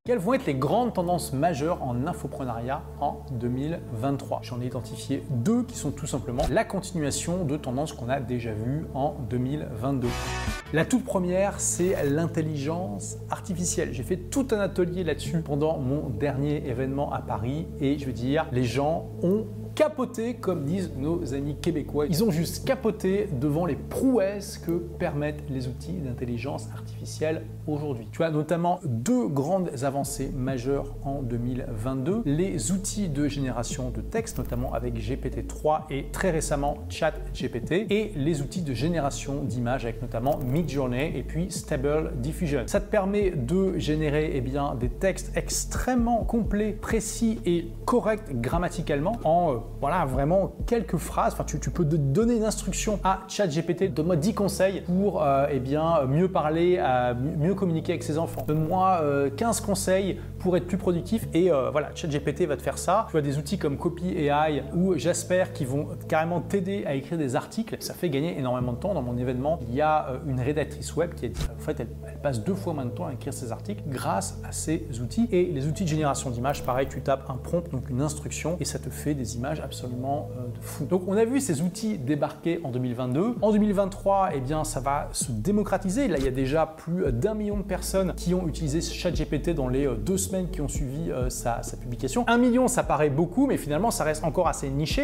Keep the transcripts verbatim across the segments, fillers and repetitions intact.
Quelles vont être les grandes tendances majeures en infoprenariat en deux mille vingt-trois? J'en ai identifié deux qui sont tout simplement la continuation de tendances qu'on a déjà vues en deux mille vingt-deux. La toute première, c'est l'intelligence artificielle. J'ai fait tout un atelier là-dessus pendant mon dernier événement à Paris et je veux dire, les gens ont capoté, comme disent nos amis québécois. Ils ont juste capoté devant les prouesses que permettent les outils d'intelligence artificielle aujourd'hui. Tu as notamment deux grandes avancées majeures en deux mille vingt-deux. Les outils de génération de texte, notamment avec G P T trois et très récemment ChatGPT, et les outils de génération d'images avec notamment Midjourney et puis Stable Diffusion. Ça te permet de générer eh bien, des textes extrêmement complets, précis et corrects grammaticalement en euh, voilà, vraiment quelques phrases. Enfin, tu, tu peux donner une instruction à ChatGPT, donne-moi dix conseils pour euh, eh bien, mieux parler, euh, mieux communiquer avec ses enfants. Donne-moi euh, quinze conseils pour être plus productif et euh, voilà, ChatGPT va te faire ça. Tu as des outils comme Copy A I ou Jasper qui vont carrément t'aider à écrire des articles. Ça fait gagner énormément de temps. Dans mon événement, il y a euh, une rédactrice web qui a dit en fait, elle, elle passe deux fois moins de temps à écrire ses articles grâce à ces outils. Et les outils de génération d'images, pareil, tu tapes un prompt, donc une instruction, et ça te fait des images absolument euh, de fou. Donc on a vu ces outils débarquer en deux mille vingt-deux. En deux mille vingt-trois, eh bien, ça va se démocratiser. Là, il y a déjà plus d'un million de personnes qui ont utilisé ChatGPT dans les euh, deux semaines qui ont suivi euh, sa, sa publication. Un million, ça paraît beaucoup, mais finalement, ça reste encore assez niché.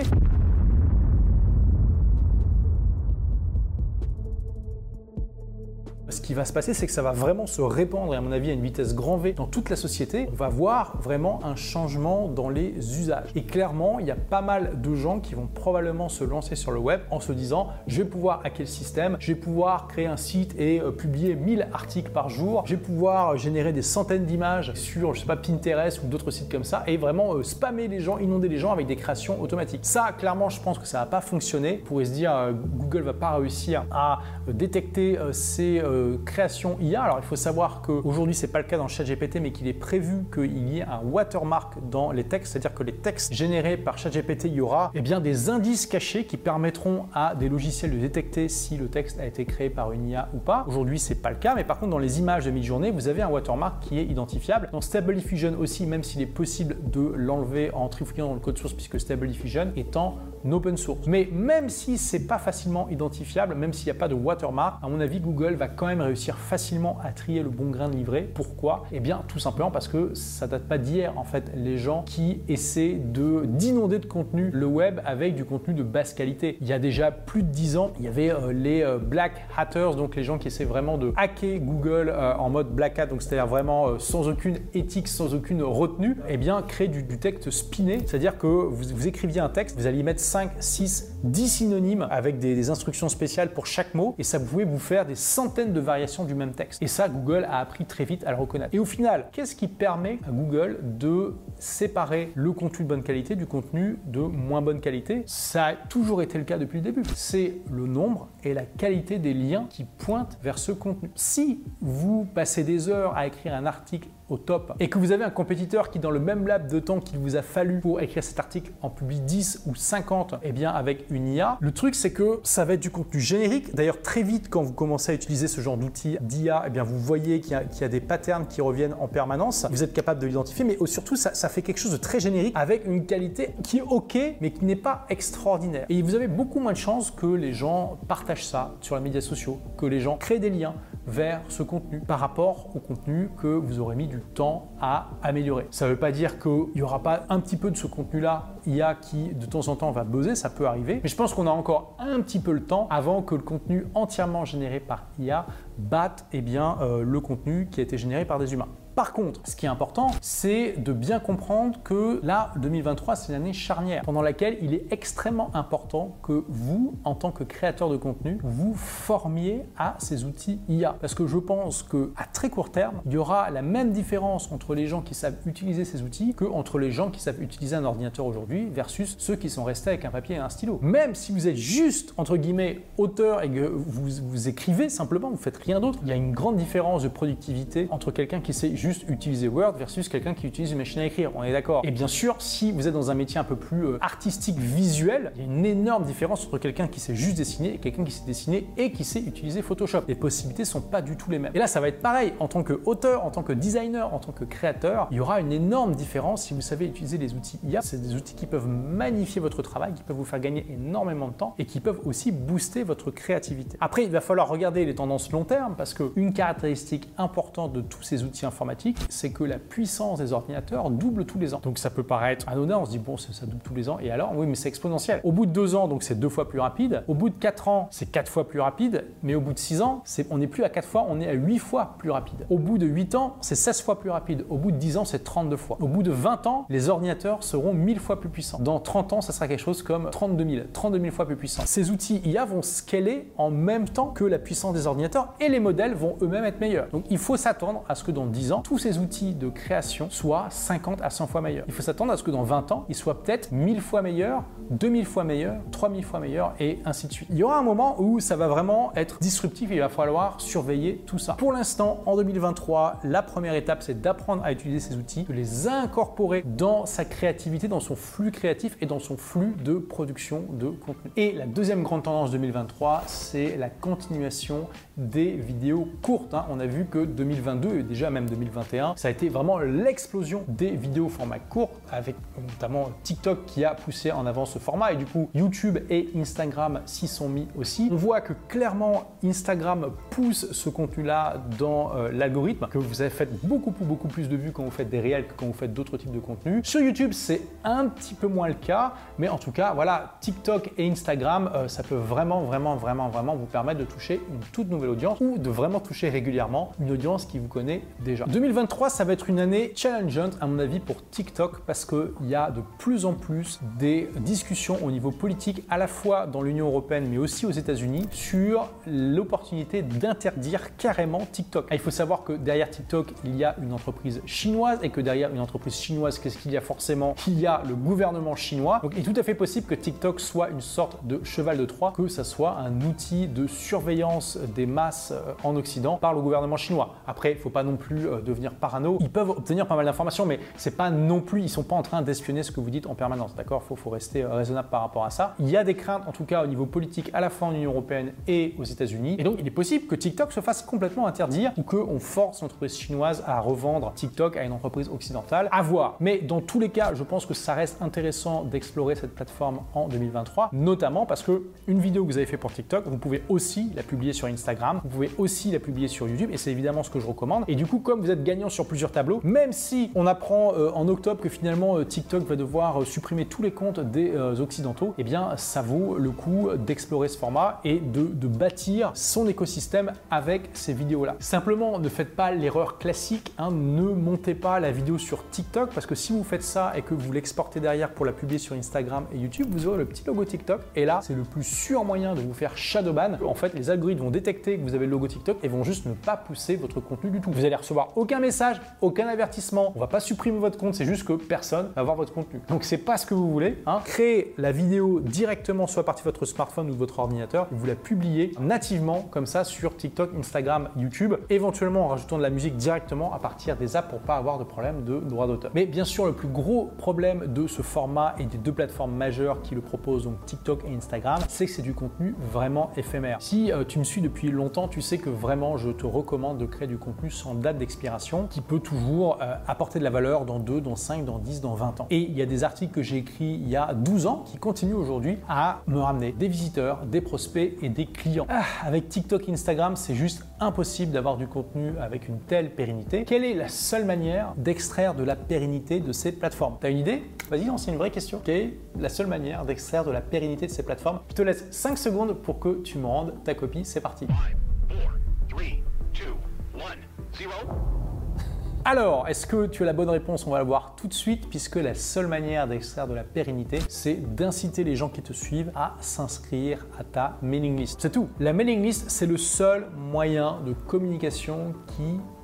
Ce qui va se passer, c'est que ça va vraiment se répandre, et à mon avis à une vitesse grand V dans toute la société. On va voir vraiment un changement dans les usages. Et clairement, il y a pas mal de gens qui vont probablement se lancer sur le web en se disant « je vais pouvoir hacker le système, je vais pouvoir créer un site et euh, publier mille articles par jour, je vais pouvoir générer des centaines d'images sur, je sais pas, Pinterest ou d'autres sites comme ça et vraiment euh, spammer les gens, inonder les gens avec des créations automatiques. » Ça, clairement, je pense que ça va pas fonctionner. On pourrait se dire euh, Google va pas réussir à euh, détecter euh, ces euh, création I A. Alors il faut savoir qu'aujourd'hui c'est pas le cas dans ChatGPT, mais qu'il est prévu qu'il y ait un watermark dans les textes, c'est-à-dire que les textes générés par ChatGPT, il y aura eh bien, des indices cachés qui permettront à des logiciels de détecter si le texte a été créé par une I A ou pas. Aujourd'hui c'est pas le cas, mais par contre dans les images de Midjourney, vous avez un watermark qui est identifiable. Dans Stable Diffusion aussi, même s'il est possible de l'enlever en trifouillant dans le code source, puisque Stable Diffusion est en open source. Mais même si c'est pas facilement identifiable, même s'il n'y a pas de watermark, à mon avis Google va quand même réussir facilement à trier le bon grain de livret. Pourquoi? Eh bien tout simplement parce que ça date pas d'hier en fait, les gens qui essaient de d'inonder de contenu le web avec du contenu de basse qualité. Il y a déjà plus de dix ans, il y avait euh, les euh, black hatters, donc les gens qui essaient vraiment de hacker Google euh, en mode black hat, donc c'est-à-dire vraiment euh, sans aucune éthique, sans aucune retenue, eh bien créer du, du texte spiné, c'est-à-dire que vous, vous écriviez un texte, vous alliez mettre cinq, six, dix synonymes avec des, des instructions spéciales pour chaque mot et ça pouvait vous faire des centaines de variations du même texte. Et ça, Google a appris très vite à le reconnaître. Et au final, qu'est-ce qui permet à Google de séparer le contenu de bonne qualité du contenu de moins bonne qualité? Ça a toujours été le cas depuis le début. C'est le nombre et la qualité des liens qui pointent vers ce contenu. Si vous passez des heures à écrire un article au top et que vous avez un compétiteur qui dans le même laps de temps qu'il vous a fallu pour écrire cet article en publie dix ou cinquante, eh bien avec une I A, le truc c'est que ça va être du contenu générique. D'ailleurs très vite quand vous commencez à utiliser ce genre d'outils d'I A, eh bien vous voyez qu'il y a, qu'il y a des patterns qui reviennent en permanence. Vous êtes capable de l'identifier, mais surtout ça, ça fait quelque chose de très générique avec une qualité qui est ok mais qui n'est pas extraordinaire. Et vous avez beaucoup moins de chances que les gens partagent ça sur les médias sociaux, que les gens créent des liens vers ce contenu par rapport au contenu que vous aurez mis du temps à améliorer. Ça ne veut pas dire qu'il n'y aura pas un petit peu de ce contenu-là I A qui de temps en temps va buzzer, ça peut arriver, mais je pense qu'on a encore un petit peu le temps avant que le contenu entièrement généré par I A batte eh bien, euh, le contenu qui a été généré par des humains. Par contre, ce qui est important, c'est de bien comprendre que là, deux mille vingt-trois, c'est une année charnière pendant laquelle il est extrêmement important que vous, en tant que créateur de contenu, vous formiez à ces outils I A. Parce que je pense qu'à très court terme, il y aura la même différence entre les gens qui savent utiliser ces outils que entre les gens qui savent utiliser un ordinateur aujourd'hui versus ceux qui sont restés avec un papier et un stylo. Même si vous êtes juste, entre guillemets, auteur et que vous, vous écrivez simplement, vous faites rien d'autre, il y a une grande différence de productivité entre quelqu'un qui sait juste juste utiliser Word versus quelqu'un qui utilise une machine à écrire, on est d'accord. Et bien sûr, si vous êtes dans un métier un peu plus euh, artistique, visuel, il y a une énorme différence entre quelqu'un qui sait juste dessiner et quelqu'un qui sait dessiner et qui sait utiliser Photoshop. Les possibilités sont pas du tout les mêmes. Et là, ça va être pareil, en tant qu'auteur, en tant que designer, en tant que créateur, il y aura une énorme différence si vous savez utiliser les outils I A. C'est des outils qui peuvent magnifier votre travail, qui peuvent vous faire gagner énormément de temps et qui peuvent aussi booster votre créativité. Après, il va falloir regarder les tendances long terme parce qu'une caractéristique importante de tous ces outils informatiques, c'est que la puissance des ordinateurs double tous les ans. Donc ça peut paraître anodin, on se dit bon, ça, ça double tous les ans et alors, oui, mais c'est exponentiel. Au bout de deux ans, donc c'est deux fois plus rapide. Au bout de quatre ans, c'est quatre fois plus rapide. Mais au bout de six ans, c'est, on n'est plus à quatre fois, on est à huit fois plus rapide. Au bout de huit ans, c'est seize fois plus rapide. Au bout de dix ans, c'est trente-deux fois. Au bout de vingt ans, les ordinateurs seront mille fois plus puissants. Dans trente ans, ça sera quelque chose comme trente-deux mille, trente-deux mille fois plus puissants. Ces outils I A vont scaler en même temps que la puissance des ordinateurs et les modèles vont eux-mêmes être meilleurs. Donc il faut s'attendre à ce que dans dix ans, tous ces outils de création soient cinquante à cent fois meilleurs. Il faut s'attendre à ce que dans vingt ans, ils soient peut-être mille fois meilleurs, deux mille fois meilleurs, trois mille fois meilleurs et ainsi de suite. Il y aura un moment où ça va vraiment être disruptif et il va falloir surveiller tout ça. Pour l'instant, en deux mille vingt-trois, la première étape, c'est d'apprendre à utiliser ces outils, de les incorporer dans sa créativité, dans son flux créatif et dans son flux de production de contenu. Et la deuxième grande tendance deux mille vingt-trois, c'est la continuation des vidéos courtes. Hein. On a vu que deux mille vingt-deux et déjà même deux mille vingt et un, ça a été vraiment l'explosion des vidéos format court, avec notamment TikTok qui a poussé en avant ce format et du coup YouTube et Instagram s'y sont mis aussi. On voit que clairement Instagram pousse ce contenu-là dans euh, l'algorithme, que vous avez fait beaucoup, beaucoup plus de vues quand vous faites des réels que quand vous faites d'autres types de contenus. Sur YouTube, c'est un petit peu moins le cas, mais en tout cas, voilà, TikTok et Instagram, euh, ça peut vraiment, vraiment, vraiment, vraiment vous permettre de toucher une toute nouvelle audience ou de vraiment toucher régulièrement une audience qui vous connaît déjà. deux mille vingt-trois, ça va être une année challengeante à mon avis pour TikTok parce qu'il y a de plus en plus des discussions au niveau politique à la fois dans l'Union européenne mais aussi aux États-Unis sur l'opportunité d'interdire carrément TikTok. Ah, il faut savoir que derrière TikTok, il y a une entreprise chinoise et que derrière une entreprise chinoise, qu'est-ce qu'il y a forcément? Il y a le gouvernement chinois. Donc il est tout à fait possible que TikTok soit une sorte de cheval de Troie, que ça soit un outil de surveillance des masses en Occident par le gouvernement chinois. Après, il ne faut pas non plus devenir parano. Ils peuvent obtenir pas mal d'informations, mais c'est pas non plus, ils sont pas en train d'espionner ce que vous dites en permanence, d'accord? Il faut, faut rester raisonnable par rapport à ça. Il y a des craintes, en tout cas au niveau politique, à la fois en Union européenne et aux États-Unis. Et donc, il est possible que TikTok se fasse complètement interdire ou qu'on force l'entreprise chinoise à revendre TikTok à une entreprise occidentale. À voir. Mais dans tous les cas, je pense que ça reste intéressant d'explorer cette plateforme en deux mille vingt-trois, notamment parce que une vidéo que vous avez fait pour TikTok, vous pouvez aussi la publier sur Instagram, vous pouvez aussi la publier sur YouTube et c'est évidemment ce que je recommande. Et du coup, comme vous êtes gagnant sur plusieurs tableaux, même si on apprend euh, en octobre que finalement euh, TikTok va devoir euh, supprimer tous les comptes des euh, occidentaux, eh bien ça vaut le coup d'explorer ce format et de, de bâtir son écosystème avec ces vidéos-là. Simplement, ne faites pas l'erreur classique, hein, ne montez pas la vidéo sur TikTok parce que si vous faites ça et que vous l'exportez derrière pour la publier sur Instagram et YouTube, vous aurez le petit logo TikTok et là, c'est le plus sûr moyen de vous faire shadowban. En fait, les algorithmes vont détecter que vous avez le logo TikTok et vont juste ne pas pousser votre contenu du tout. Vous allez recevoir aucun message, aucun avertissement, on va pas supprimer votre compte, c'est juste que personne va voir votre contenu. Donc c'est pas ce que vous voulez, hein. Créez la vidéo directement soit à partir de votre smartphone ou de votre ordinateur, et vous la publiez nativement comme ça sur TikTok, Instagram, YouTube, éventuellement en rajoutant de la musique directement à partir des apps pour pas avoir de problème de droit d'auteur. Mais bien sûr, le plus gros problème de ce format et des deux plateformes majeures qui le proposent, donc TikTok et Instagram, c'est que c'est du contenu vraiment éphémère. Si euh, tu me suis depuis longtemps, tu sais que vraiment je te recommande de créer du contenu sans date d'expiration qui peut toujours euh, apporter de la valeur dans deux, dans cinq, dans dix, dans vingt ans. Et il y a des articles que j'ai écrits il y a douze ans qui continuent aujourd'hui à me ramener des visiteurs, des prospects et des clients. Ah, avec TikTok et Instagram, c'est juste impossible d'avoir du contenu avec une telle pérennité. Quelle est la seule manière d'extraire de la pérennité de ces plateformes? T'as une idée? Vas-y, c'est une vraie question. Quelle est la seule manière d'extraire de la pérennité de ces plateformes? Je te laisse cinq secondes pour que tu me rendes ta copie. C'est parti. Alors, est-ce que tu as la bonne réponse? On va la voir tout de suite puisque la seule manière d'extraire de la pérennité, c'est d'inciter les gens qui te suivent à s'inscrire à ta mailing list. C'est tout. La mailing list, c'est le seul moyen de communication qui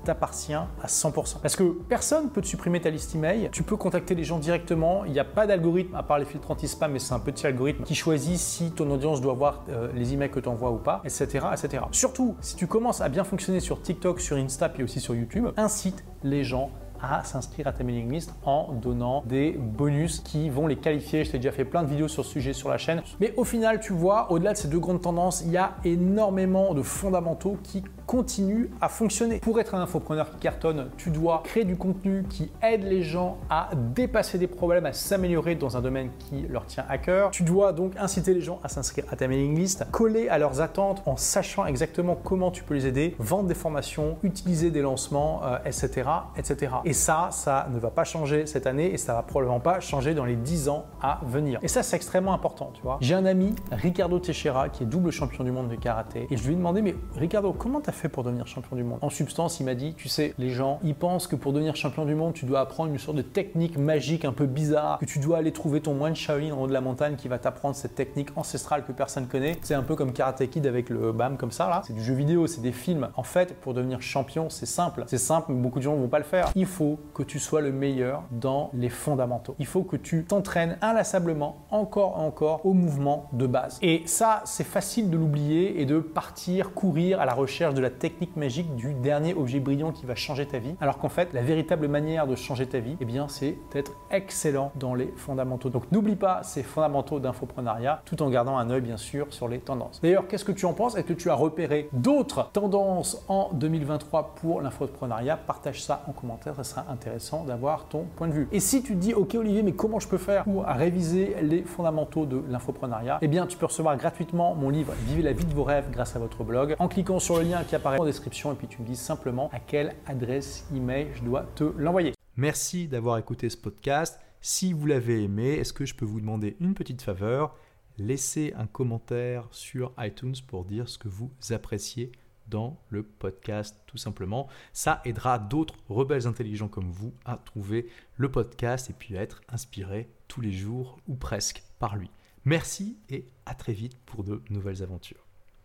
t'appartient à cent pour cent. Parce que personne ne peut te supprimer ta liste email. Tu peux contacter les gens directement. Il n'y a pas d'algorithme, à part les filtres anti-spam, mais c'est un petit algorithme qui choisit si ton audience doit voir euh, les emails que tu envoies ou pas, et cetera, et cetera. Surtout, si tu commences à bien fonctionner sur TikTok, sur Insta, puis aussi sur YouTube, incite les gens à s'inscrire à ta mailing list en donnant des bonus qui vont les qualifier. Je t'ai déjà fait plein de vidéos sur ce sujet sur la chaîne. Mais au final, tu vois, au-delà de ces deux grandes tendances, il y a énormément de fondamentaux qui continuent à fonctionner. Pour être un infopreneur qui cartonne, tu dois créer du contenu qui aide les gens à dépasser des problèmes, à s'améliorer dans un domaine qui leur tient à cœur. Tu dois donc inciter les gens à s'inscrire à ta mailing list, coller à leurs attentes en sachant exactement comment tu peux les aider, vendre des formations, utiliser des lancements, euh, et cetera, et cetera. Et ça, ça ne va pas changer cette année et ça va probablement pas changer dans les dix ans à venir. Et ça, c'est extrêmement important, tu vois. J'ai un ami, Ricardo Teixeira, qui est double champion du monde de karaté, et je lui ai demandé, mais Ricardo, comment tu as fait pour devenir champion du monde? En substance, il m'a dit, tu sais, les gens, ils pensent que pour devenir champion du monde, tu dois apprendre une sorte de technique magique un peu bizarre, que tu dois aller trouver ton moine Shaolin en haut de la montagne qui va t'apprendre cette technique ancestrale que personne connaît. C'est un peu comme Karate Kid avec le bam comme ça là. C'est du jeu vidéo, c'est des films. En fait, pour devenir champion, c'est simple. C'est simple, mais beaucoup de gens ne vont pas le faire. Il faut que tu sois le meilleur dans les fondamentaux. Il faut que tu t'entraînes inlassablement, encore et encore, au mouvement de base. Et ça, c'est facile de l'oublier et de partir courir à la recherche de la technique magique du dernier objet brillant qui va changer ta vie. Alors qu'en fait, la véritable manière de changer ta vie, eh bien, c'est d'être excellent dans les fondamentaux. Donc, n'oublie pas ces fondamentaux d'infoprenariat, tout en gardant un œil, bien sûr, sur les tendances. D'ailleurs, qu'est-ce que tu en penses? Est-ce que tu as repéré d'autres tendances en deux mille vingt-trois pour l'infoprenariat? Partage ça en commentaire, ça sera intéressant d'avoir ton point de vue. Et si tu te dis, ok Olivier, mais comment je peux faire pour réviser les fondamentaux de l'infoprenariat? Eh bien, tu peux recevoir gratuitement mon livre Vivez la vie de vos rêves grâce à votre blog en cliquant sur le lien qui apparaît en description et puis tu me dis simplement à quelle adresse email je dois te l'envoyer. Merci d'avoir écouté ce podcast. Si vous l'avez aimé, est-ce que je peux vous demander une petite faveur? Laissez un commentaire sur iTunes pour dire ce que vous appréciez dans le podcast, tout simplement. Ça aidera d'autres rebelles intelligents comme vous à trouver le podcast et puis à être inspirés tous les jours ou presque par lui. Merci et à très vite pour de nouvelles aventures.